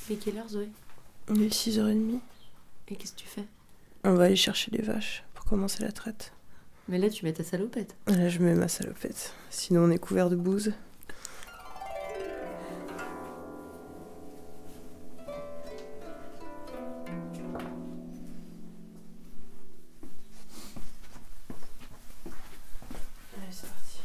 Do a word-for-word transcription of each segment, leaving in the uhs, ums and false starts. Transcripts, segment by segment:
Il est quelle heure, Zoé? Il est six heures trente. Et qu'est-ce que tu fais? On va aller chercher les vaches pour commencer la traite. Mais là, tu mets ta salopette. Là, je mets ma salopette. Sinon, on est couvert de bouse. Allez, c'est parti.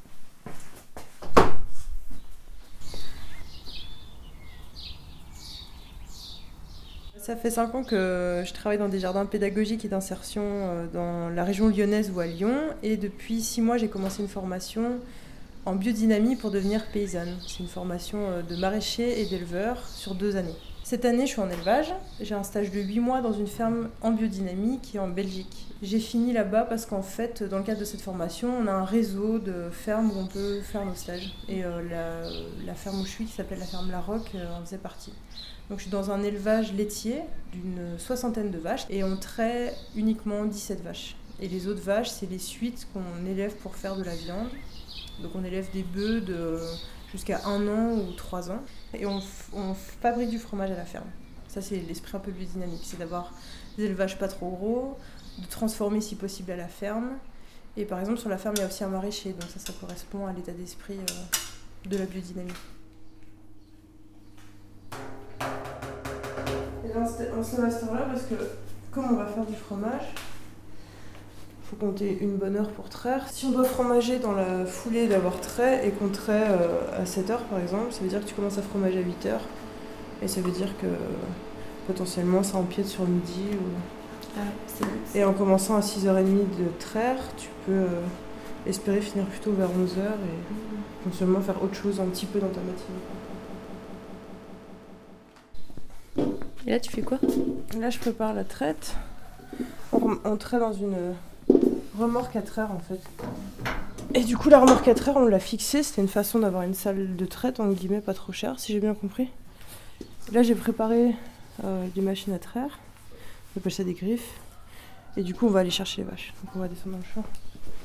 Ça fait cinq ans que je travaille dans des jardins pédagogiques et d'insertion dans la région lyonnaise ou à Lyon. Et depuis six mois, j'ai commencé une formation en biodynamie pour devenir paysanne. C'est une formation de maraîcher et d'éleveur sur deux années. Cette année, je suis en élevage. J'ai un stage de huit mois dans une ferme en biodynamie qui est en Belgique. J'ai fini là-bas parce qu'en fait, dans le cadre de cette formation, on a un réseau de fermes où on peut faire nos stages. Et euh, la, la ferme où je suis, qui s'appelle la ferme La Roque, euh, en faisait partie. Donc je suis dans un élevage laitier d'une soixantaine de vaches et on traite uniquement dix-sept vaches. Et les autres vaches, c'est les suites qu'on élève pour faire de la viande. Donc on élève des bœufs de jusqu'à un an ou trois ans. Et on, on fabrique du fromage à la ferme. Ça, c'est l'esprit un peu biodynamique. C'est d'avoir des élevages pas trop gros, de transformer si possible à la ferme. Et par exemple, sur la ferme, il y a aussi un maraîcher. Donc ça, ça correspond à l'état d'esprit euh, de la biodynamie. Et là, on se restaure là parce que comme on va faire du fromage, il faut compter une bonne heure pour traire. Si on doit fromager dans la foulée d'avoir trait et qu'on trait euh, à sept heures par exemple, ça veut dire que tu commences à fromager à huit heures. Et ça veut dire que potentiellement ça empiète sur le midi. Ou... Ah, c'est bon. Et en commençant à six heures trente de traire, tu peux euh, espérer finir plutôt vers onze heures et potentiellement faire autre chose un petit peu dans ta matinée. Et là, tu fais quoi? Là, je prépare la traite. On, on traite dans une remorque à traire, en fait. Et du coup, la remorque à traire, on l'a fixée. C'était une façon d'avoir une salle de traite, en guillemets, pas trop chère, si j'ai bien compris. Là, j'ai préparé euh, des machines à traire. On appelle ça des griffes. Et du coup, on va aller chercher les vaches. Donc, on va descendre dans le champ.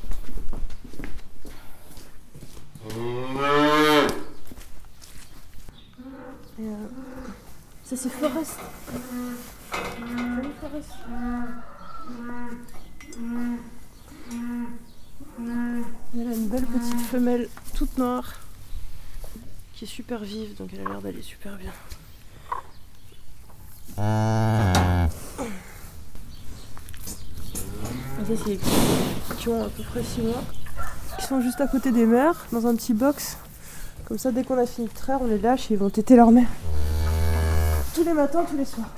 Et, euh, ça, c'est Forest. Salut, Forest. Elle a une belle petite femelle toute noire qui est super vive, donc elle a l'air d'aller super bien. Et ça, c'est les petits qui ont à peu près six mois, qui sont juste à côté des mères, dans un petit box. Comme ça, dès qu'on a fini de traire, on les lâche et ils vont téter leur mère. Tous les matins, tous les soirs.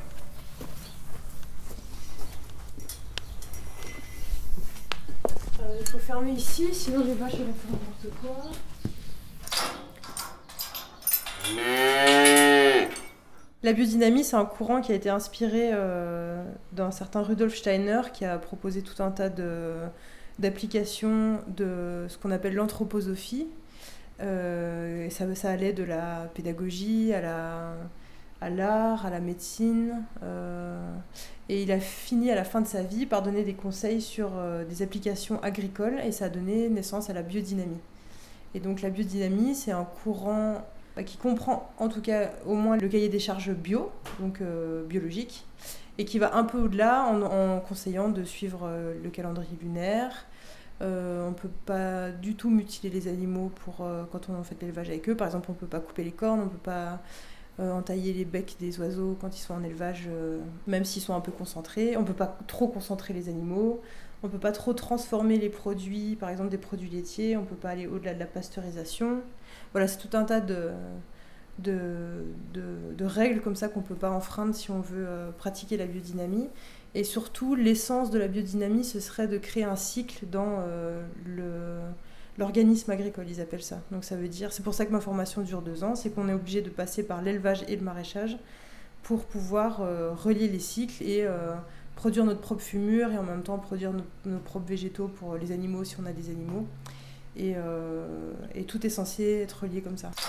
Euh, il faut fermer ici, sinon les vaches elles vont faire n'importe quoi. La biodynamie, c'est un courant qui a été inspiré euh, d'un certain Rudolf Steiner qui a proposé tout un tas de, d'applications de ce qu'on appelle l'anthroposophie. Euh, et ça, ça allait de la pédagogie à la... à l'art, à la médecine, euh, et il a fini à la fin de sa vie par donner des conseils sur euh, des applications agricoles, et ça a donné naissance à la biodynamie. Et donc la biodynamie, c'est un courant bah, qui comprend en tout cas au moins le cahier des charges bio, donc euh, biologique, et qui va un peu au-delà en, en conseillant de suivre euh, le calendrier lunaire. Euh, on ne peut pas du tout mutiler les animaux pour, euh, quand on fait de l'élevage avec eux. Par exemple, on ne peut pas couper les cornes, on ne peut pas... Euh, entailler les becs des oiseaux quand ils sont en élevage, euh, même s'ils sont un peu concentrés. On ne peut pas trop concentrer les animaux. On ne peut pas trop transformer les produits, par exemple des produits laitiers. On ne peut pas aller au-delà de la pasteurisation. Voilà, c'est tout un tas de, de, de, de règles comme ça qu'on ne peut pas enfreindre si on veut euh, pratiquer la biodynamie. Et surtout, l'essence de la biodynamie, ce serait de créer un cycle dans euh, le... l'organisme agricole, ils appellent ça. Donc ça veut dire, c'est pour ça que ma formation dure deux ans, c'est qu'on est obligé de passer par l'élevage et le maraîchage pour pouvoir euh, relier les cycles et euh, produire notre propre fumure et en même temps produire nos, nos propres végétaux pour les animaux si on a des animaux. Et, euh, et tout est censé être relié comme ça.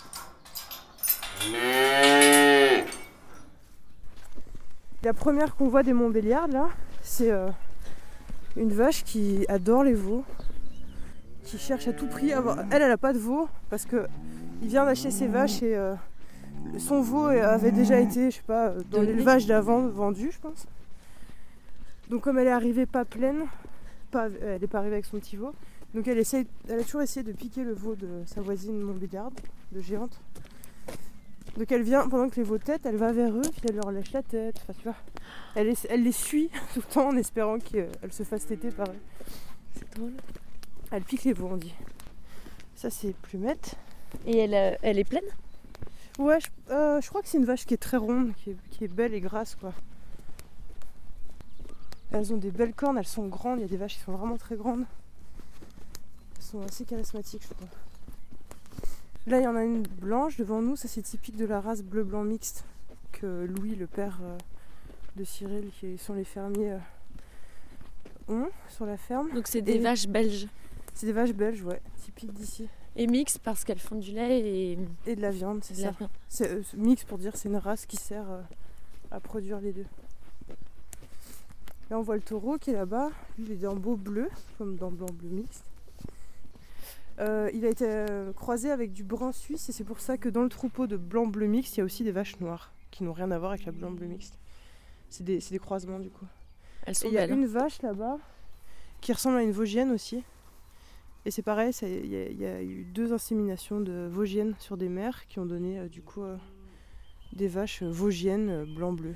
La première qu'on voit des Montbéliards, là, c'est euh, une vache qui adore les veaux, qui cherche à tout prix à avoir... Elle, elle n'a pas de veau, parce qu'il vient d'acheter ses vaches et euh, son veau avait déjà été, je sais pas, dans Donné. l'élevage d'avant, vendu, je pense. Donc comme elle est arrivée pas pleine, pas, elle n'est pas arrivée avec son petit veau, donc elle, essaye, elle a toujours essayé de piquer le veau de sa voisine Montbéliarde, de Géante. Donc elle vient, pendant que les veaux têtent, elle va vers eux, puis elle leur lèche la tête, enfin tu vois. Elle, est, elle les suit tout le temps en espérant qu'elle se fasse téter par eux. C'est drôle. Elle pique les veaux, on dit. Ça c'est Plumette. Et elle, euh, elle est pleine? Ouais, je, euh, je crois que c'est une vache qui est très ronde, qui est, qui est belle et grasse, quoi. Elles ont des belles cornes, elles sont grandes, il y a des vaches qui sont vraiment très grandes. Elles sont assez charismatiques, je trouve. Là, il y en a une blanche devant nous, ça c'est typique de la race bleu-blanc mixte que Louis, le père euh, de Cyril, qui sont les fermiers, euh, ont sur la ferme. Donc c'est des Et vaches belges. C'est des vaches belges, ouais, typiques d'ici. Et mixtes parce qu'elles font du lait et, Et de la viande, c'est de la ça. viande. C'est euh, mix pour dire c'est une race qui sert euh, à produire les deux. Là on voit le taureau qui est là-bas, lui il est en beau bleu, comme dans blanc-bleu mixte. Euh, il a été euh, croisé avec du brun suisse et c'est pour ça que dans le troupeau de blanc-bleu mixte, il y a aussi des vaches noires qui n'ont rien à voir avec la blanc-bleu mixte. C'est des, c'est des croisements du coup. Elles sont Et il y a belles. une vache là-bas qui ressemble à une vosgienne aussi. Et c'est pareil, il y, y a eu deux inséminations de vosgiennes sur des mères qui ont donné euh, du coup euh, des vaches euh, vosgiennes euh, blanc-bleu.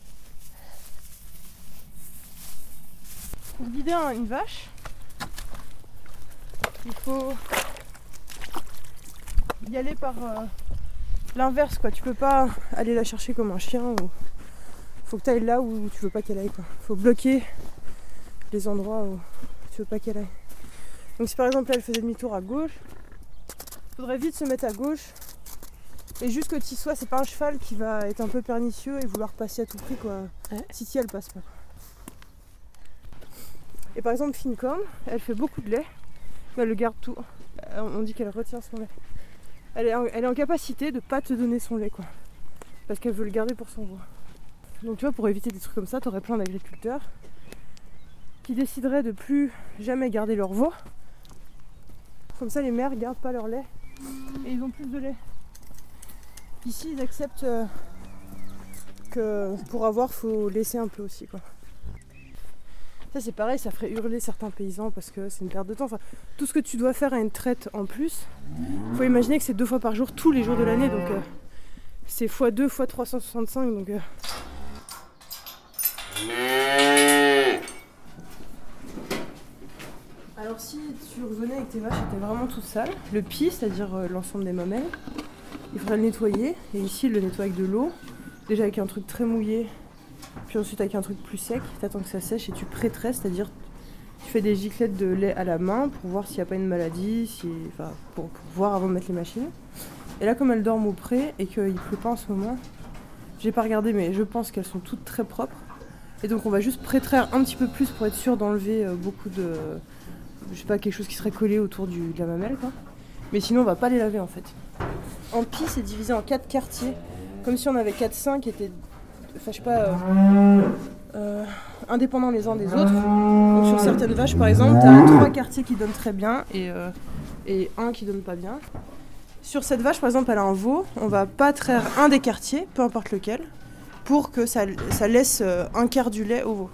Pour guider un, une vache, il faut y aller par euh, l'inverse, quoi. Tu peux pas aller la chercher comme un chien. Ou... faut que tu ailles là où tu veux pas qu'elle aille, quoi. Faut bloquer les endroits où tu veux pas qu'elle aille. Donc si par exemple là, elle faisait demi-tour à gauche, il faudrait vite se mettre à gauche. Et juste que tu y sois, c'est pas un cheval qui va être un peu pernicieux et vouloir passer à tout prix, quoi. Ouais. Si si elle passe pas. Et par exemple Fincom, elle fait beaucoup de lait, mais elle le garde tout. On dit qu'elle retient son lait. Elle est en, elle est en capacité de pas te donner son lait, quoi. Parce qu'elle veut le garder pour son veau. Donc tu vois, pour éviter des trucs comme ça, t'aurais plein d'agriculteurs qui décideraient de plus jamais garder leur veau. Comme ça, les mères gardent pas leur lait et ils ont plus de lait. Ici, ils acceptent euh, que pour avoir, faut laisser un peu aussi, quoi. Ça, c'est pareil, ça ferait hurler certains paysans parce que c'est une perte de temps. Enfin, tout ce que tu dois faire à une traite en plus, faut imaginer que c'est deux fois par jour, tous les jours de l'année, donc euh, c'est fois deux, fois trois cent soixante-cinq, donc. Euh... Alors si tu revenais avec tes vaches et étaient vraiment toutes sales, le pied, c'est-à-dire euh, l'ensemble des mamelles, il faudrait le nettoyer. Et ici, il le nettoie avec de l'eau, déjà avec un truc très mouillé, puis ensuite avec un truc plus sec. T'attends que ça sèche et tu pré-tresses, c'est-à-dire tu fais des giclettes de lait à la main pour voir s'il n'y a pas une maladie, si... enfin, pour, pour voir avant de mettre les machines. Et là, comme elles dorment au pré et qu'il ne pleut pas en ce moment, j'ai pas regardé, mais je pense qu'elles sont toutes très propres. Et donc on va juste pré-traire un petit peu plus pour être sûr d'enlever euh, beaucoup de... je sais pas, quelque chose qui serait collé autour du, de la mamelle, quoi. Mais sinon, on va pas les laver, en fait. En pis, c'est divisé en quatre quartiers. Comme si on avait quatre cinq qui étaient... enfin, je sais pas... Euh, euh, indépendants les uns des autres. Donc sur certaines vaches, par exemple, t'as trois quartiers qui donnent très bien et, euh, et un qui donne pas bien. Sur cette vache, par exemple, elle a un veau. On va pas traire un des quartiers, peu importe lequel, pour que ça, ça laisse un quart du lait au veau.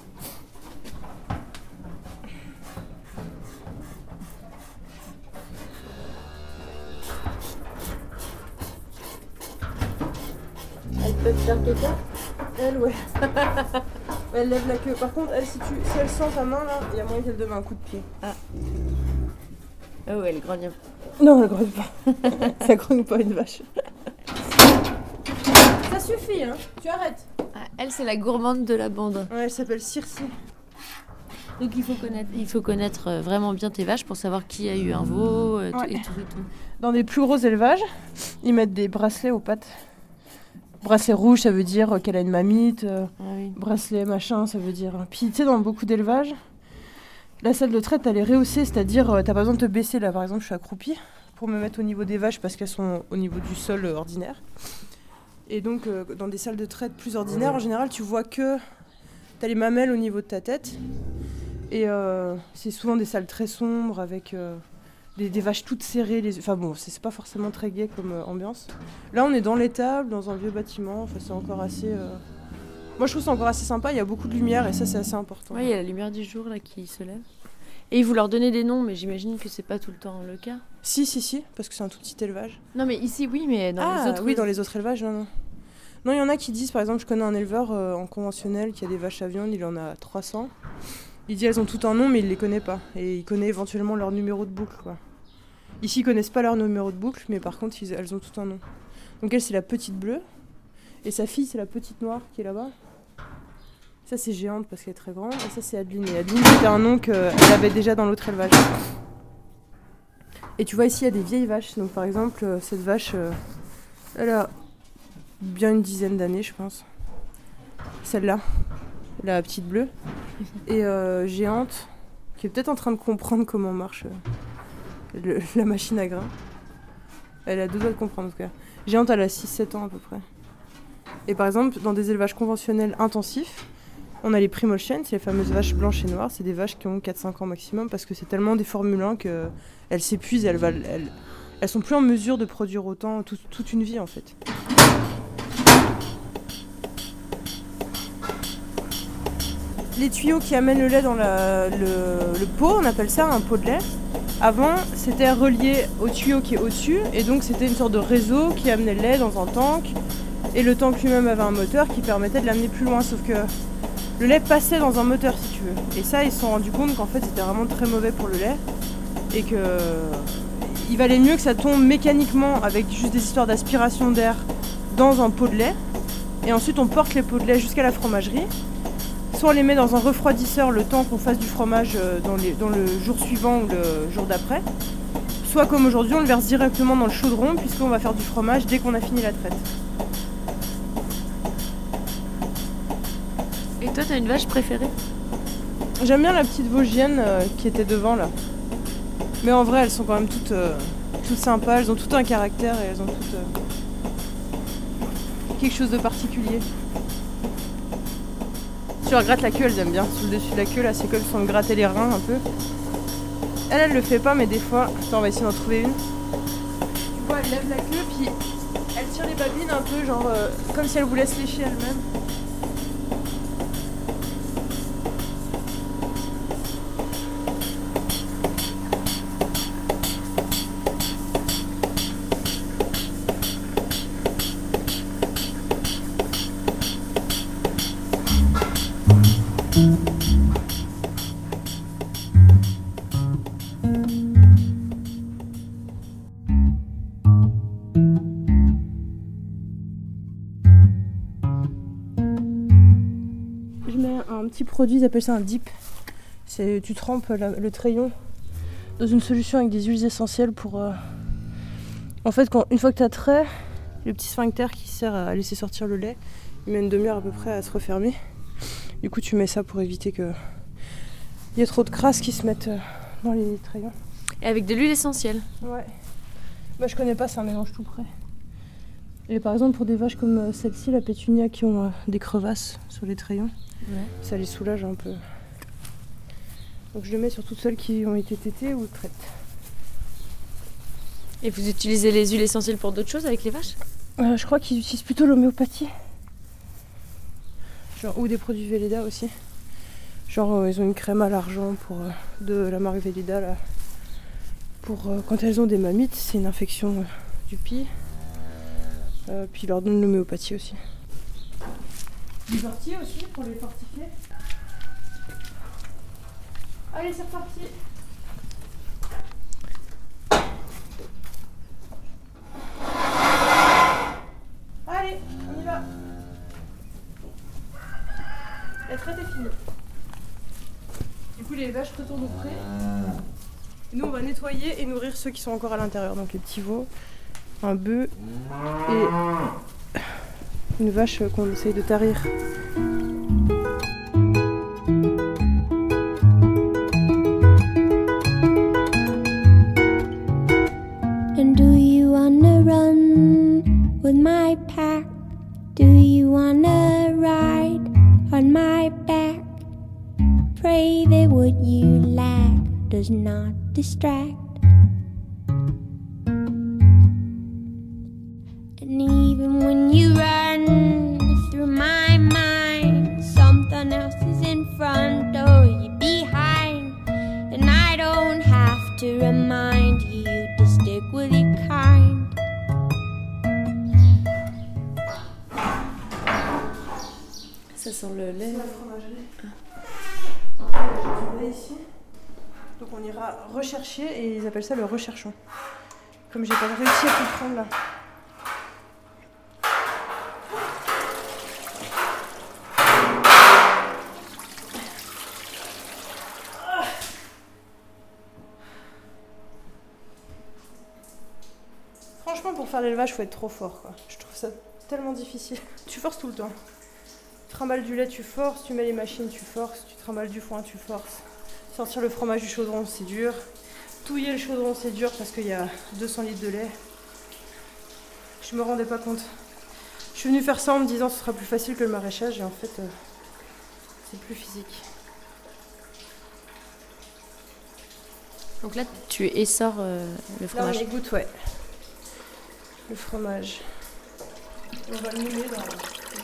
Elle peut te faire caca ? Elle, ouais. Elle lève la queue. Par contre, elle, si, tu, si elle sent ta main, là, il y a moyen qu'elle donne un coup de pied. Ah. Oh ouais, elle grogne. Non, elle grogne pas. Ça grogne pas une vache. Ça suffit, hein. Tu arrêtes. Ah, elle, c'est la gourmande de la bande. Ouais, elle s'appelle Circe. Donc il faut connaître, il faut connaître vraiment bien tes vaches pour savoir qui a eu un veau euh, Ouais. et tout et tout. Dans des plus gros élevages, ils mettent des bracelets aux pattes. Bracelet rouge, ça veut dire qu'elle a une mamite. Euh, Ah oui. bracelet machin, ça veut dire... Puis tu sais, dans beaucoup d'élevages, la salle de traite, elle est rehaussée, c'est-à-dire euh, t'as pas besoin de te baisser. Là, par exemple, je suis accroupie pour me mettre au niveau des vaches parce qu'elles sont au niveau du sol euh, ordinaire. Et donc, euh, dans des salles de traite plus ordinaires, en général, tu vois que t'as les mamelles au niveau de ta tête. Et euh, c'est souvent des salles très sombres avec... Euh, des, des vaches toutes serrées. Les... Enfin bon, c'est, c'est pas forcément très gai comme euh, ambiance. Là, on est dans l'étable, dans un vieux bâtiment. Enfin, c'est encore assez... Euh... Moi, je trouve ça encore assez sympa. Il y a beaucoup de lumière et ça, c'est assez important. Oui, il y a la lumière du jour là qui se lève. Et vous leur donnez des noms, mais j'imagine que c'est pas tout le temps le cas. Si, si, si, parce que c'est un tout petit élevage. Non, mais ici, oui, mais dans ah, les autres... oui, dans les autres élevages, non, non. Non, il y en a qui disent, par exemple, je connais un éleveur euh, en conventionnel qui a des vaches à viande, il en a trois cents. Il dit elles ont tout un nom, mais il les connaît pas. Et il connaît éventuellement leur numéro de boucle, quoi. Ici, ils connaissent pas leur numéro de boucle, mais par contre, ils, elles ont tout un nom. Donc elle, c'est la petite bleue. Et sa fille, c'est la petite noire qui est là-bas. Ça, c'est Géante parce qu'elle est très grande. Et ça, c'est Adeline. Et Adeline, c'était un nom qu'elle avait déjà dans l'autre élevage. Et tu vois, ici, il y a des vieilles vaches. Donc, par exemple, cette vache, euh, elle a bien une dizaine d'années, je pense. Celle-là, la petite bleue. Et euh, Géante, qui est peut-être en train de comprendre comment marche euh, le, la machine à grains. Elle a deux doigts de comprendre, en tout cas. Géante, elle a six sept ans, à peu près. Et par exemple, dans des élevages conventionnels intensifs, on a les Primolchen, c'est les fameuses vaches blanches et noires. C'est des vaches qui ont quatre cinq ans maximum parce que c'est tellement des Formule un qu'elles s'épuisent et elles, elles, elles, elles sont plus en mesure de produire autant tout, toute une vie en fait. Les tuyaux qui amènent le lait dans la, le, le pot, on appelle ça un pot de lait. Avant, c'était relié au tuyau qui est au-dessus et donc c'était une sorte de réseau qui amenait le lait dans un tank. Et le tank lui-même avait un moteur qui permettait de l'amener plus loin, sauf que le lait passait dans un moteur si tu veux. Et ça, ils se sont rendus compte qu'en fait c'était vraiment très mauvais pour le lait. Et que il valait mieux que ça tombe mécaniquement avec juste des histoires d'aspiration d'air dans un pot de lait. Et ensuite on porte les pots de lait jusqu'à la fromagerie. Soit on les met dans un refroidisseur le temps qu'on fasse du fromage dans, les, dans le jour suivant ou le jour d'après. Soit comme aujourd'hui on le verse directement dans le chaudron puisqu'on va faire du fromage dès qu'on a fini la traite. Et toi, t'as une vache préférée ? J'aime bien la petite Vosgienne euh, qui était devant là. Mais en vrai, elles sont quand même toutes, euh, toutes sympas, elles ont tout un caractère et elles ont toutes euh, quelque chose de particulier. Si tu leur grattes la queue, elles aiment bien. Sous le dessus de la queue, là, c'est comme si on grattait les reins un peu. Elle, elle le fait pas, mais des fois, attends, on va essayer d'en trouver une. Tu vois, elle lève la queue, puis elle tire les babines un peu, genre euh, comme si elle voulait se lécher elle-même. Un petit produit, ils appellent ça un dip. C'est, tu trempes la, le trayon dans une solution avec des huiles essentielles pour... Euh... En fait, quand, une fois que tu as trait, le petit sphincter qui sert à laisser sortir le lait, il met une demi-heure à peu près à se refermer. Du coup, tu mets ça pour éviter qu'il y ait trop de crasse qui se mettent dans les trayons. Et avec de l'huile essentielle ? Ouais. Bah, je connais pas, c'est un mélange tout prêt. Et par exemple, pour des vaches comme celle-ci, la pétunia, qui ont euh, des crevasses sur les trayons, ouais. Ça les soulage un peu. Donc je le mets sur toutes celles qui ont été tétées ou traites. Et vous utilisez les huiles essentielles pour d'autres choses avec les vaches ? euh, Je crois qu'ils utilisent plutôt l'homéopathie. Genre, ou des produits Velleda aussi. Genre euh, ils ont une crème à l'argent pour, euh, de la marque Velleda là. Pour euh, quand elles ont des mammites, c'est une infection euh, du pied. Euh, puis ils leur donnent l'homéopathie aussi. Des orties aussi pour les fortifier. Allez, c'est reparti. Allez, on y va. La traite est finie. Du coup, les vaches retournent au pré. Nous, on va nettoyer et nourrir ceux qui sont encore à l'intérieur. Donc les petits veaux, un bœuf et une vache qu'on essaye de tarir. And do you wanna run with my pack? Do you wanna ride on my back? Pray that what you lack does not distract told you to stick with your kind. Ça sent le lait. C'est la fromagerie. Ah. Du lait ici. Donc on ira rechercher et ils appellent ça le recherchon. Comme j'ai pas réussi à comprendre là. Franchement, pour faire l'élevage, faut être trop fort, quoi. Je trouve ça tellement difficile. Tu forces tout le temps. Tu trimbales du lait, tu forces. Tu mets les machines, tu forces. Tu trimbales du foin, tu forces. Sortir le fromage du chaudron, c'est dur. Touiller le chaudron, c'est dur parce qu'il y a deux cents litres de lait. Je me rendais pas compte. Je suis venue faire ça en me disant que ce sera plus facile que le maraîchage et en fait, euh, c'est plus physique. Donc là, tu essores euh, le fromage. Là, on égoutte, ouais. Le fromage. On va le mouler dans le...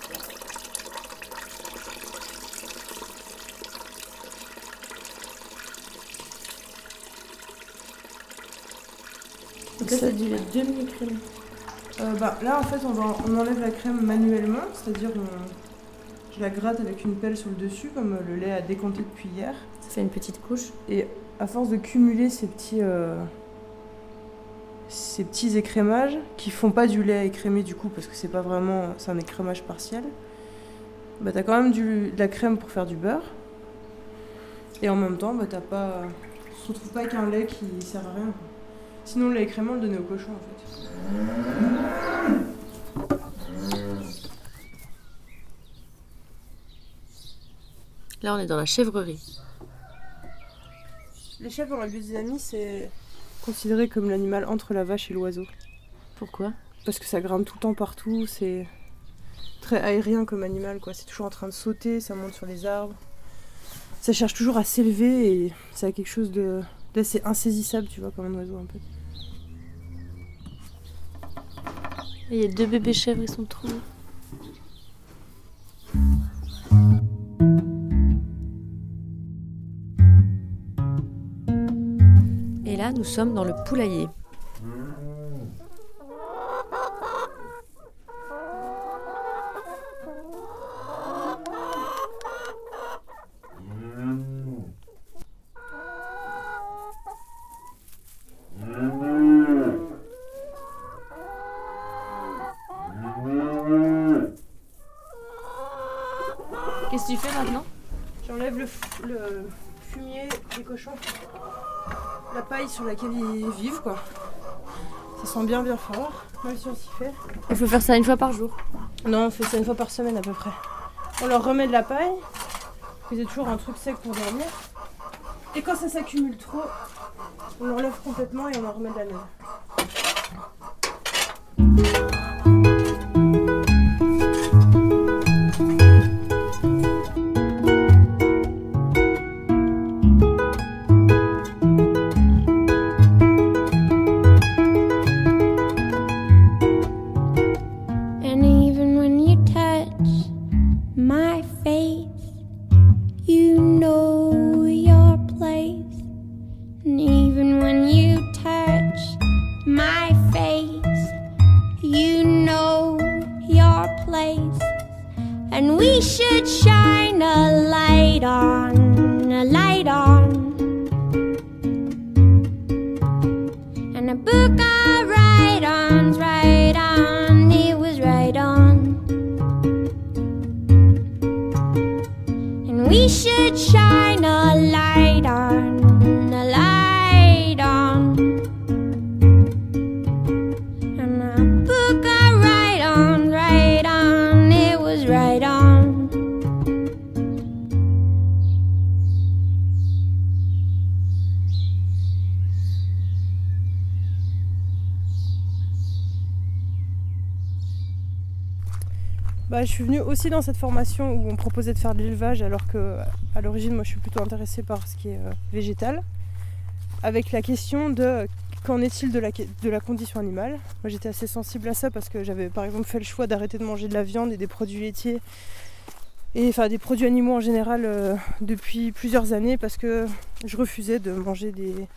Donc là, c'est du lait demi-écrémé. Euh, bah, là, en fait, on, va, on enlève la crème manuellement, c'est-à-dire on, je la gratte avec une pelle sur le dessus, comme le lait a décompté depuis hier. Ça fait une petite couche. Et à force de cumuler ces petits, euh, ces petits écrémages, qui font pas du lait écrémé du coup, parce que c'est pas vraiment, c'est un écrémage partiel, bah t'as quand même du, de la crème pour faire du beurre. Et en même temps, bah t'as pas, tu te retrouves pas avec un lait qui sert à rien. Sinon, le lait écrémé, on le donnait au cochon en fait. Là, on est dans la chèvrerie. Les chèvres dans la biodynamie, c'est considéré comme l'animal entre la vache et l'oiseau. Pourquoi ? Parce que ça grimpe tout le temps partout, c'est très aérien comme animal, quoi. C'est toujours en train de sauter, ça monte sur les arbres. Ça cherche toujours à s'élever et ça a quelque chose de, d'assez insaisissable, tu vois, comme un oiseau un peu. Il y a deux bébés chèvres, ils sont trop beaux. Et là, nous sommes dans le poulailler. Qu'est-ce que tu fais maintenant ? J'enlève le, f- le fumier des cochons, la paille sur laquelle ils vivent, quoi. Ça sent bien bien fort, même si on s'y fait. Il faut faire ça une fois par jour. Non, on fait ça une fois par semaine à peu près. On leur remet de la paille, c'est toujours un truc sec pour dormir. Et quand ça s'accumule trop, on l'enlève complètement et on en remet de la neuve. And even when you touch my face, you know your place. And even when you touch my face, you know your place. And we should shine a light on, a light on. And a book of write-ons, right on, it was right on. And we should shine a light on, a light on. And a book of write-ons, right on, it was right on. Bah, je suis venue aussi dans cette formation où on proposait de faire de l'élevage alors que à l'origine moi je suis plutôt intéressée par ce qui est euh, végétal, avec la question de qu'en est-il de la, de la condition animale. Moi j'étais assez sensible à ça parce que j'avais par exemple fait le choix d'arrêter de manger de la viande et des produits laitiers et enfin des produits animaux en général euh, depuis plusieurs années parce que je refusais de manger des,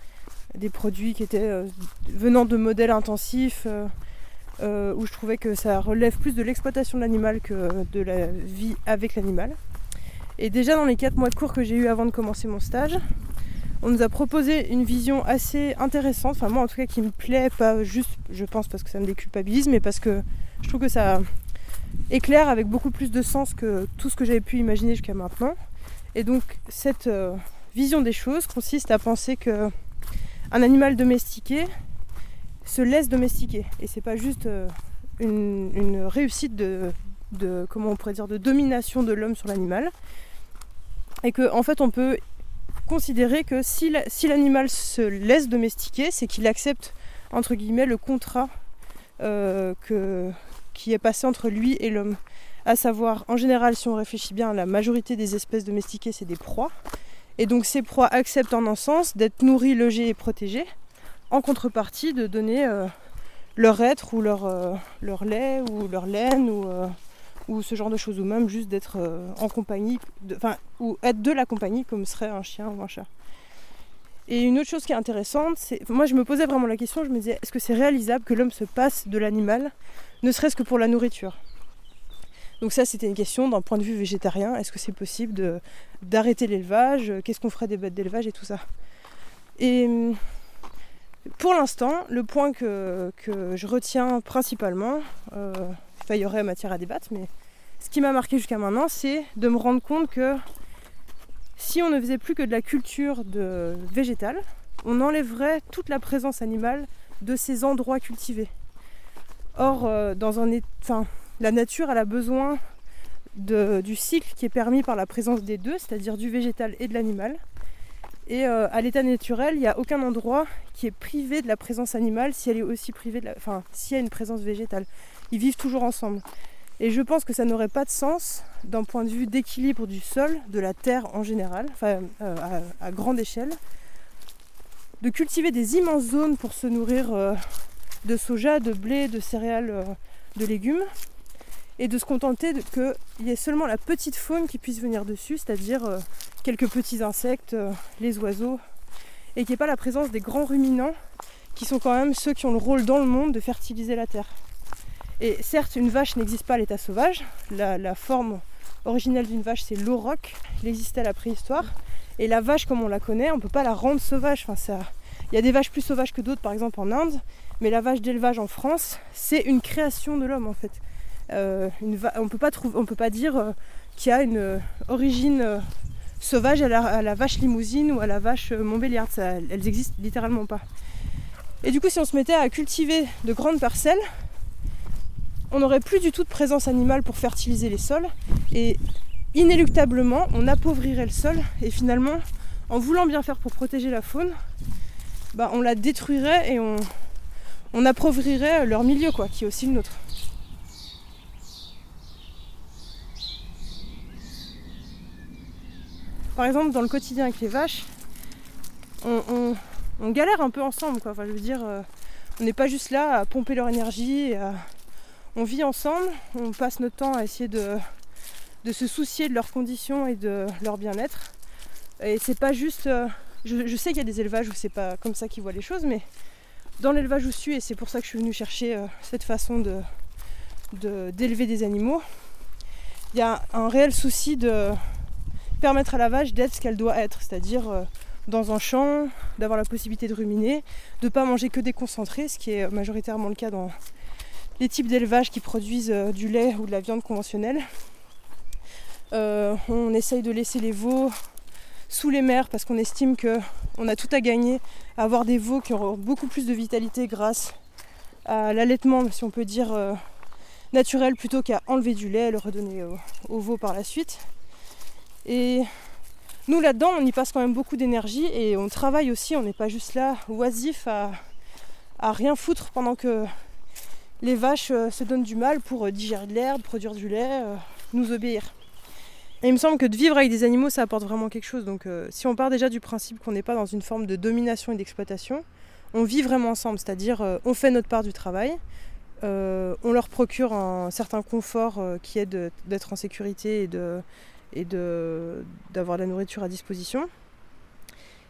des produits qui étaient euh, venant de modèles intensifs, euh, euh, où je trouvais que ça relève plus de l'exploitation de l'animal que de la vie avec l'animal. Et déjà dans les quatre mois de cours que j'ai eu avant de commencer mon stage, on nous a proposé une vision assez intéressante, enfin moi en tout cas qui me plaît, pas juste je pense parce que ça me déculpabilise, mais parce que je trouve que ça éclaire avec beaucoup plus de sens que tout ce que j'avais pu imaginer jusqu'à maintenant. Et donc cette euh, vision des choses consiste à penser que un animal domestiqué se laisse domestiquer. Et c'est pas juste euh, une, une réussite de, de, comment on pourrait dire, de domination de l'homme sur l'animal. Et qu'en en fait on peut considérer que si, la, si l'animal se laisse domestiquer, c'est qu'il accepte entre guillemets le contrat euh, que, qui est passé entre lui et l'homme. À savoir, en général, si on réfléchit bien, la majorité des espèces domestiquées, c'est des proies. Et donc ces proies acceptent en un sens d'être nourries, logées et protégées, en contrepartie de donner euh, leur être ou leur, euh, leur lait ou leur laine ou, euh, ou ce genre de choses, ou même juste d'être euh, en compagnie, enfin, ou être de la compagnie comme serait un chien ou un chat. Et une autre chose qui est intéressante, c'est, moi je me posais vraiment la question, je me disais, est-ce que c'est réalisable que l'homme se passe de l'animal, ne serait-ce que pour la nourriture ? Donc ça c'était une question d'un point de vue végétarien, est-ce que c'est possible de, d'arrêter l'élevage, qu'est-ce qu'on ferait des bêtes d'élevage et tout ça. Et pour l'instant, le point que, que je retiens principalement, euh, enfin, il y aurait matière à débattre, mais ce qui m'a marqué jusqu'à maintenant, c'est de me rendre compte que si on ne faisait plus que de la culture de végétale, on enlèverait toute la présence animale de ces endroits cultivés. Or, euh, dans un, enfin, la nature elle a besoin de, du cycle qui est permis par la présence des deux, c'est-à-dire du végétal et de l'animal. Et euh, à l'état naturel, il n'y a aucun endroit qui est privé de la présence animale si elle est aussi privée de la, enfin, s'il y a une présence végétale. Ils vivent toujours ensemble. Et je pense que ça n'aurait pas de sens d'un point de vue d'équilibre du sol, de la terre en général, enfin, euh, à, à grande échelle, de cultiver des immenses zones pour se nourrir euh, de soja, de blé, de céréales, euh, de légumes, et de se contenter de, qu'il y ait seulement la petite faune qui puisse venir dessus, c'est-à-dire euh, quelques petits insectes, euh, les oiseaux, et qu'il n'y ait pas la présence des grands ruminants qui sont quand même ceux qui ont le rôle dans le monde de fertiliser la terre. Et certes, une vache n'existe pas à l'état sauvage, la, la forme originelle d'une vache c'est l'auroch, il existait à la préhistoire, et la vache comme on la connaît, on ne peut pas la rendre sauvage. Enfin, ça... Il y a des vaches plus sauvages que d'autres, par exemple en Inde, mais la vache d'élevage en France, c'est une création de l'homme en fait. Euh, une va... On ne peut pas dire euh, qu'il y a une euh, origine euh, sauvage à la, à la vache limousine ou à la vache euh, montbéliarde, ça, elles existent littéralement pas. Et du coup, si on se mettait à cultiver de grandes parcelles, on n'aurait plus du tout de présence animale pour fertiliser les sols, et inéluctablement, on appauvrirait le sol, et finalement, en voulant bien faire pour protéger la faune, bah, on la détruirait et on, on appauvrirait leur milieu, quoi, qui est aussi le nôtre. Par exemple, dans le quotidien avec les vaches, on, on, on galère un peu ensemble, quoi. Enfin, je veux dire, euh, on n'est pas juste là à pomper leur énergie, et à... on vit ensemble, on passe notre temps à essayer de, de se soucier de leurs conditions et de leur bien-être. Et c'est pas juste... Euh, je, je sais qu'il y a des élevages où c'est pas comme ça qu'ils voient les choses, mais dans l'élevage où je suis, et c'est pour ça que je suis venue chercher euh, cette façon de, de, d'élever des animaux, il y a un réel souci de permettre à la vache d'être ce qu'elle doit être, c'est-à-dire euh, dans un champ, d'avoir la possibilité de ruminer, de ne pas manger que des concentrés, ce qui est majoritairement le cas dans les types d'élevage qui produisent euh, du lait ou de la viande conventionnelle. Euh, on essaye de laisser les veaux sous les mers parce qu'on estime qu'on a tout à gagner à avoir des veaux qui auront beaucoup plus de vitalité grâce à l'allaitement, si on peut dire, euh, naturel, plutôt qu'à enlever du lait et le redonner aux, aux veaux par la suite. Et nous là-dedans, on y passe quand même beaucoup d'énergie et on travaille aussi, on n'est pas juste là oisif à, à rien foutre pendant que les vaches euh, se donnent du mal pour euh, digérer de l'herbe, produire du lait, euh, nous obéir. Et il me semble que de vivre avec des animaux, ça apporte vraiment quelque chose. Donc euh, si on part déjà du principe qu'on n'est pas dans une forme de domination et d'exploitation, on vit vraiment ensemble, c'est-à-dire euh, on fait notre part du travail, euh, on leur procure un certain confort euh, qui est de, d'être en sécurité et, de, et de, d'avoir de la nourriture à disposition.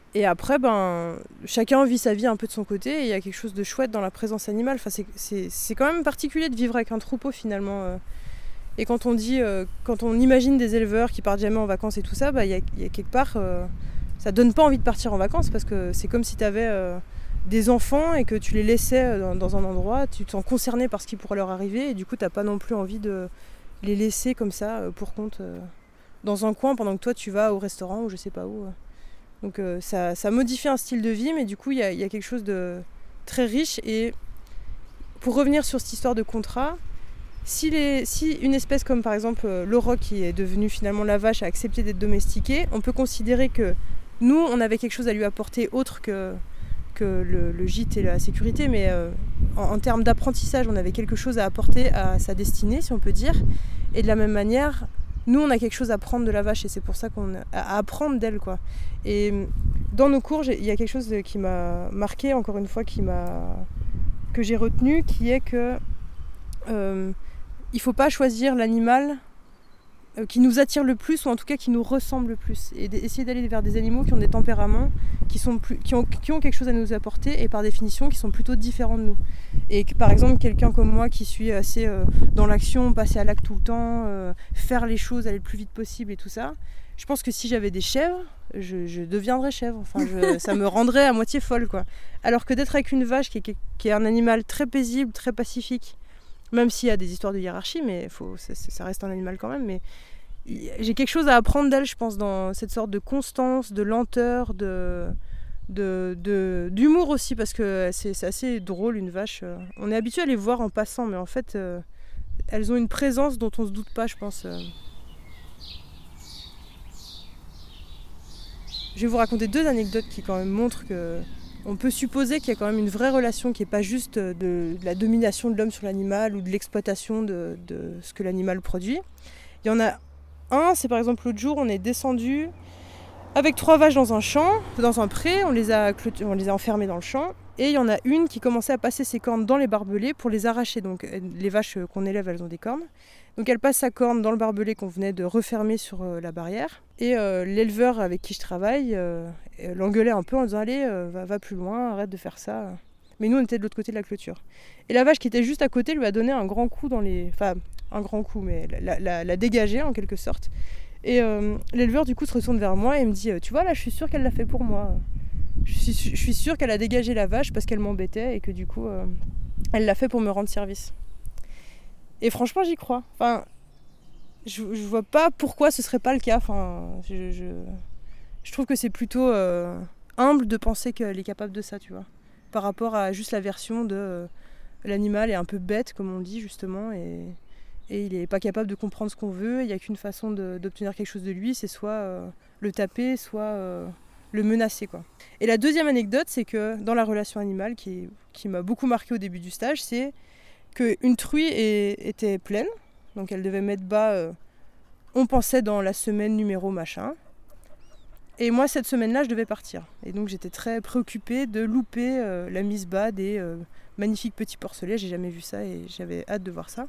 Et après, ben, chacun vit sa vie un peu de son côté et il y a quelque chose de chouette dans la présence animale. Enfin, c'est, c'est, c'est quand même particulier de vivre avec un troupeau finalement. euh. Et quand on dit, euh, quand on imagine des éleveurs qui partent jamais en vacances et tout ça, bah, y a, y a quelque part, euh, ça donne pas envie de partir en vacances parce que c'est comme si tu avais euh, des enfants et que tu les laissais dans, dans un endroit, tu te sens concerné par ce qui pourrait leur arriver et du coup t'as pas non plus envie de les laisser comme ça euh, pour compte euh, dans un coin pendant que toi tu vas au restaurant ou je sais pas où. Euh. Donc euh, ça, ça modifie un style de vie, mais du coup il y a, y a quelque chose de très riche. Et pour revenir sur cette histoire de contrat, Si, les, si une espèce comme par exemple euh, l'auroch qui est devenue finalement la vache a accepté d'être domestiquée, on peut considérer que nous on avait quelque chose à lui apporter autre que, que le, le gîte et la sécurité, mais euh, en, en termes d'apprentissage on avait quelque chose à apporter à sa destinée si on peut dire, et de la même manière nous on a quelque chose à prendre de la vache et c'est pour ça qu'on a à apprendre d'elle quoi. Et dans nos cours il y a quelque chose qui m'a marqué encore une fois, qui m'a, que j'ai retenu, qui est que euh, il ne faut pas choisir l'animal qui nous attire le plus ou en tout cas qui nous ressemble le plus et essayer d'aller vers des animaux qui ont des tempéraments qui, sont plus, qui, ont, qui ont quelque chose à nous apporter et par définition qui sont plutôt différents de nous. Et que, par exemple quelqu'un comme moi qui suis assez euh, dans l'action, passer à l'acte tout le temps, euh, faire les choses, aller le plus vite possible et tout ça, je pense que si j'avais des chèvres, je, je deviendrais chèvre, enfin, je, ça me rendrait à moitié folle quoi. Alors que d'être avec une vache qui est, qui est un animal très paisible, très pacifique, même s'il y a des histoires de hiérarchie, mais faut, ça, ça reste un animal quand même. Mais j'ai quelque chose à apprendre d'elle, je pense, dans cette sorte de constance, de lenteur, de, de, de, d'humour aussi, parce que c'est, c'est assez drôle, une vache. On est habitué à les voir en passant, mais en fait, euh, elles ont une présence dont on ne se doute pas, je pense. Je vais vous raconter deux anecdotes qui quand même montrent que on peut supposer qu'il y a quand même une vraie relation qui n'est pas juste de, de la domination de l'homme sur l'animal ou de l'exploitation de, de ce que l'animal produit. Il y en a un, c'est par exemple l'autre jour, on est descendu avec trois vaches dans un champ, dans un pré, on les a, clôtur- on les a enfermées dans le champ, et il y en a une qui commençait à passer ses cornes dans les barbelés pour les arracher. Donc les vaches qu'on élève, elles ont des cornes. Donc elle passe sa corne dans le barbelé qu'on venait de refermer sur euh, la barrière. Et euh, l'éleveur avec qui je travaille euh, l'engueulait un peu en disant « Allez, euh, va, va plus loin, arrête de faire ça ». Mais nous, on était de l'autre côté de la clôture. Et la vache qui était juste à côté lui a donné un grand coup dans les... Enfin, un grand coup, mais la, la, la dégagée en quelque sorte. Et euh, l'éleveur, du coup, se retourne vers moi et me dit « Tu vois, là, je suis sûre qu'elle l'a fait pour moi. Je suis, je suis sûre qu'elle a dégagé la vache parce qu'elle m'embêtait et que du coup, euh, elle l'a fait pour me rendre service. » Et franchement, j'y crois. Enfin, je, je vois pas pourquoi ce serait pas le cas. Enfin, je, je, je trouve que c'est plutôt euh, humble de penser qu'elle est capable de ça, tu vois. Par rapport à juste la version de euh, l'animal est un peu bête, comme on dit justement, et, et il est pas capable de comprendre ce qu'on veut. Il n'y a qu'une façon de, d'obtenir quelque chose de lui, c'est soit euh, le taper, soit euh, le menacer, quoi. Et la deuxième anecdote, c'est que dans la relation animale, qui, qui m'a beaucoup marqué au début du stage, c'est qu'une truie est, était pleine, donc elle devait mettre bas, euh, on pensait dans la semaine numéro machin. Et moi, cette semaine-là, je devais partir. Et donc j'étais très préoccupée de louper euh, la mise bas des euh, magnifiques petits porcelets. J'ai jamais vu ça et j'avais hâte de voir ça.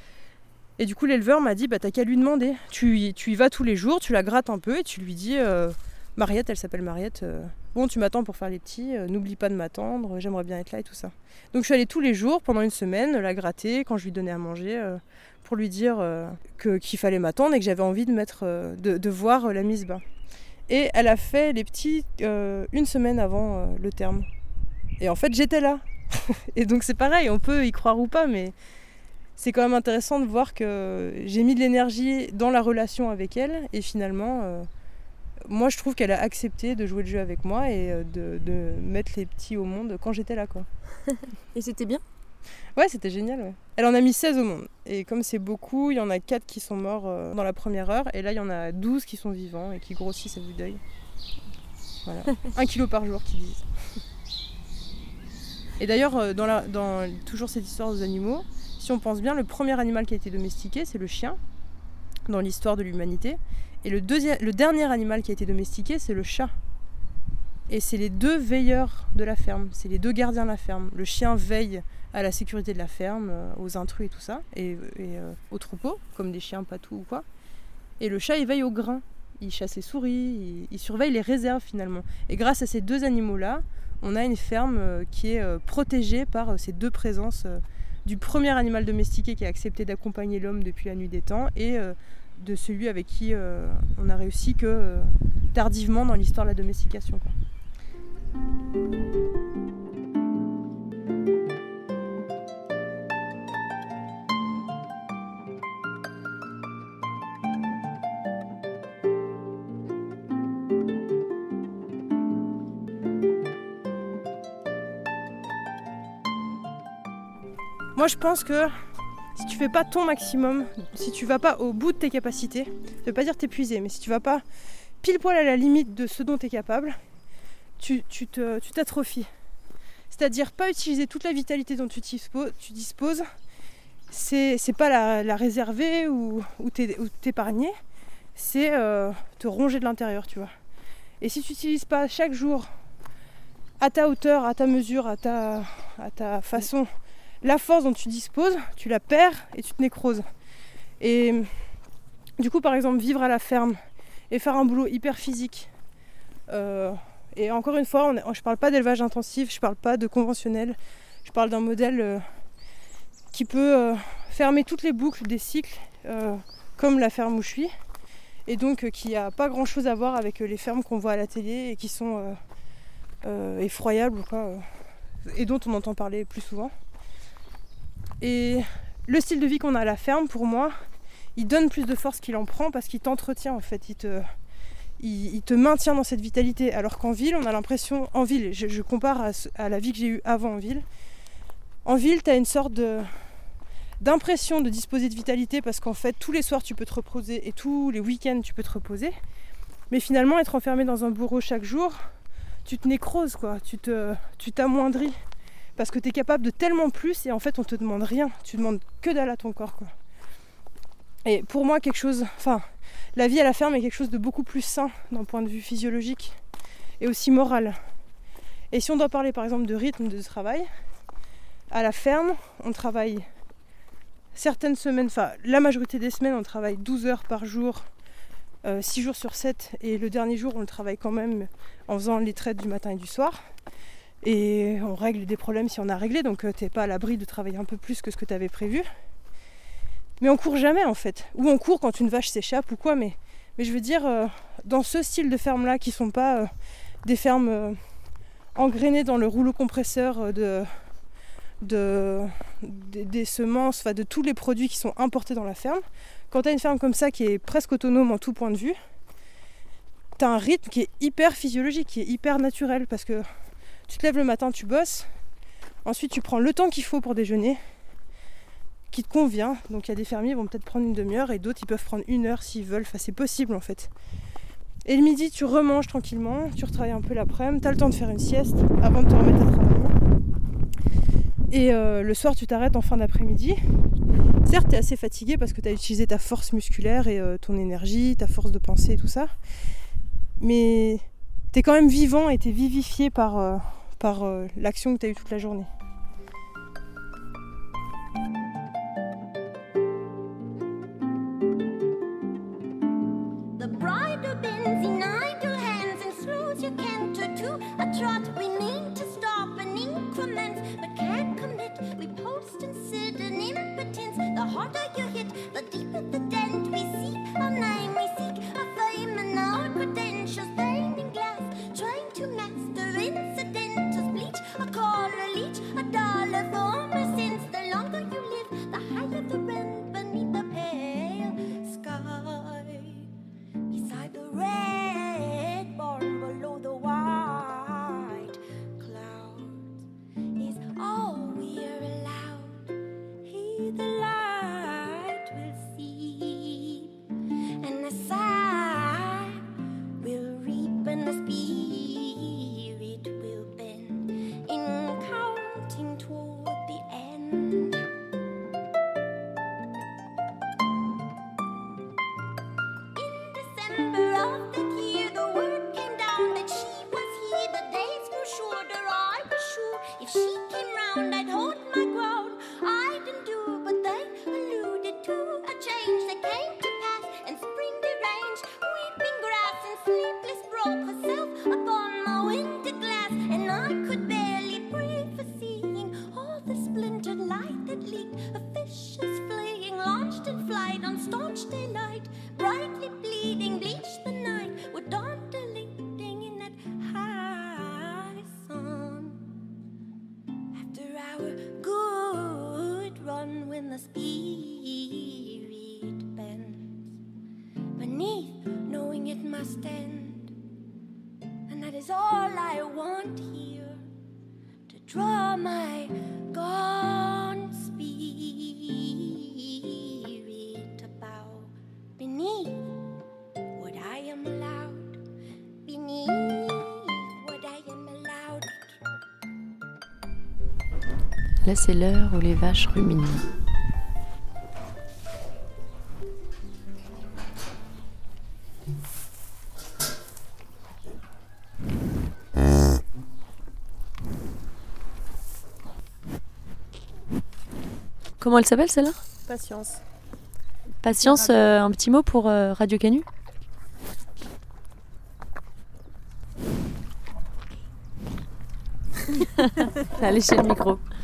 Et du coup, l'éleveur m'a dit, bah, t'as qu'à lui demander. Tu y, tu y vas tous les jours, tu la grattes un peu et tu lui dis... Euh, Mariette, elle s'appelle Mariette, euh, bon tu m'attends pour faire les petits, euh, n'oublie pas de m'attendre, j'aimerais bien être là et tout ça. Donc je suis allée tous les jours pendant une semaine la gratter quand je lui donnais à manger euh, pour lui dire euh, que, qu'il fallait m'attendre et que j'avais envie de, mettre, euh, de, de voir euh, la mise bas. Et elle a fait les petits euh, une semaine avant euh, le terme. Et en fait j'étais là. Et donc c'est pareil, on peut y croire ou pas, mais c'est quand même intéressant de voir que j'ai mis de l'énergie dans la relation avec elle et finalement... Euh, moi, je trouve qu'elle a accepté de jouer le jeu avec moi et de, de mettre les petits au monde quand j'étais là, quoi. Et c'était bien ? Ouais, c'était génial, ouais. Elle en a mis seize au monde. Et comme c'est beaucoup, il y en a quatre qui sont morts euh, dans la première heure. Et là, il y en a douze qui sont vivants et qui grossissent à vue d'œil. Voilà. Un kilo par jour, qui disent. Et d'ailleurs, dans, la, dans toujours cette histoire aux animaux, si on pense bien, le premier animal qui a été domestiqué, c'est le chien, dans l'histoire de l'humanité. Et le, deuxième, le dernier animal qui a été domestiqué, c'est le chat. Et c'est les deux veilleurs de la ferme, c'est les deux gardiens de la ferme. Le chien veille à la sécurité de la ferme, aux intrus et tout ça, et, et euh, aux troupeaux, comme des chiens patous ou quoi. Et le chat, il veille au grain. il chasse les souris, il, il surveille les réserves finalement. Et grâce à ces deux animaux-là, on a une ferme euh, qui est euh, protégée par euh, ces deux présences euh, du premier animal domestiqué qui a accepté d'accompagner l'homme depuis la nuit des temps et euh, de celui avec qui euh, on a réussi que euh, tardivement dans l'histoire de la domestication, quoi. Moi je pense que si tu fais pas ton maximum, si tu vas pas au bout de tes capacités, ça veut pas dire t'épuiser, mais si tu vas pas pile poil à la limite de ce dont tu es capable, tu, tu, te, tu t'atrophies. C'est-à-dire pas utiliser toute la vitalité dont tu, tu disposes, c'est, c'est pas la, la réserver ou, ou, ou t'épargner, c'est euh, te ronger de l'intérieur, tu vois. Et si tu n'utilises pas chaque jour à ta hauteur, à ta mesure, à ta, à ta façon, la force dont tu disposes, tu la perds et tu te nécroses. Et du coup, par exemple, vivre à la ferme et faire un boulot hyper physique. Euh, et encore une fois, on est, je ne parle pas d'élevage intensif, je ne parle pas de conventionnel. Je parle d'un modèle euh, qui peut euh, fermer toutes les boucles des cycles, euh, comme la ferme où je suis. Et donc euh, qui n'a pas grand-chose à voir avec euh, les fermes qu'on voit à la télé et qui sont euh, euh, effroyables, quoi, euh, et dont on entend parler plus souvent. Et le style de vie qu'on a à la ferme, pour moi, il donne plus de force qu'il en prend parce qu'il t'entretient en fait, il te, il, il te maintient dans cette vitalité. Alors qu'en ville, on a l'impression, en ville, je, je compare à, à la vie que j'ai eue avant en ville, en ville, tu as une sorte de, d'impression de disposer de vitalité parce qu'en fait, tous les soirs, tu peux te reposer et tous les week-ends, tu peux te reposer. Mais finalement, être enfermé dans un bureau chaque jour, tu te nécroses, quoi, tu, te, tu t'amoindris. Parce que tu es capable de tellement plus et en fait on te demande rien, tu demandes que dalle à ton corps, quoi. Et pour moi quelque chose, enfin la vie à la ferme est quelque chose de beaucoup plus sain d'un point de vue physiologique et aussi moral. Et si on doit parler par exemple de rythme de travail, à la ferme on travaille certaines semaines, enfin la majorité des semaines on travaille douze heures par jour, euh, six jours sur sept et le dernier jour on le travaille quand même en faisant les traites du matin et du soir. Et on règle des problèmes si on a réglé, donc euh, t'es pas à l'abri de travailler un peu plus que ce que tu avais prévu. Mais on court jamais en fait. Ou on court quand une vache s'échappe ou quoi, mais, mais je veux dire, euh, dans ce style de ferme-là, qui sont pas euh, des fermes euh, engrainées dans le rouleau compresseur euh, de, de, de, des semences, de tous les produits qui sont importés dans la ferme, quand t'as une ferme comme ça qui est presque autonome en tout point de vue, t'as un rythme qui est hyper physiologique, qui est hyper naturel, parce que tu te lèves le matin, tu bosses, ensuite tu prends le temps qu'il faut pour déjeuner, qui te convient. Donc il y a des fermiers qui vont peut-être prendre une demi-heure et d'autres ils peuvent prendre une heure s'ils veulent, enfin c'est possible en fait. Et le midi tu remanges tranquillement, tu retravailles un peu l'après-midi, tu as le temps de faire une sieste avant de te remettre à travailler. Et euh, le soir tu t'arrêtes en fin d'après-midi. Certes tu es assez fatigué parce que tu as utilisé ta force musculaire et euh, ton énergie, ta force de pensée et tout ça. Mais tu es quand même vivant et tu es vivifié par... Euh, par euh, l'action que tu as eue toute la journée. The bridle bends in idle hands and slows your canter to a trot. We need to stop an increment, but can't commit. We post and sit in impotence. The harder you hit, the deeper the dent. We seek our name, we seek our fame and our credentials. Painting glass, trying to master incidentals. Bleach, a call, a leech, a dollar for my sins. The longer you live, the higher the rent beneath the pale sky. Beside the red barn, below the white clouds, is all we're allowed. Here the light will seep, and the sigh will reap, and the spirit will bend in counting toward the end. In December of that year, the word came down that she was here. The days grew shorter, I was sure if she came round, I'd hold my ground. I didn't do, but they alluded to a change that came to pass, and spring deranged, weeping grass. entered light that leaked. A fish is fleeing, launched in flight on staunch daylight. Brightly bleeding, bleached the night with dawn deleting in that high sun. After our good run, when the spirit bends beneath, knowing it must end, and that is all I want here, to draw my gone spirit to bow beneath what I am allowed, beneath what I am allowed. Là, c'est l'heure où les vaches ruminent. Comment elle s'appelle celle-là ? Patience. Patience, euh, un petit mot pour euh, Radio Canu ? Allez chez le micro.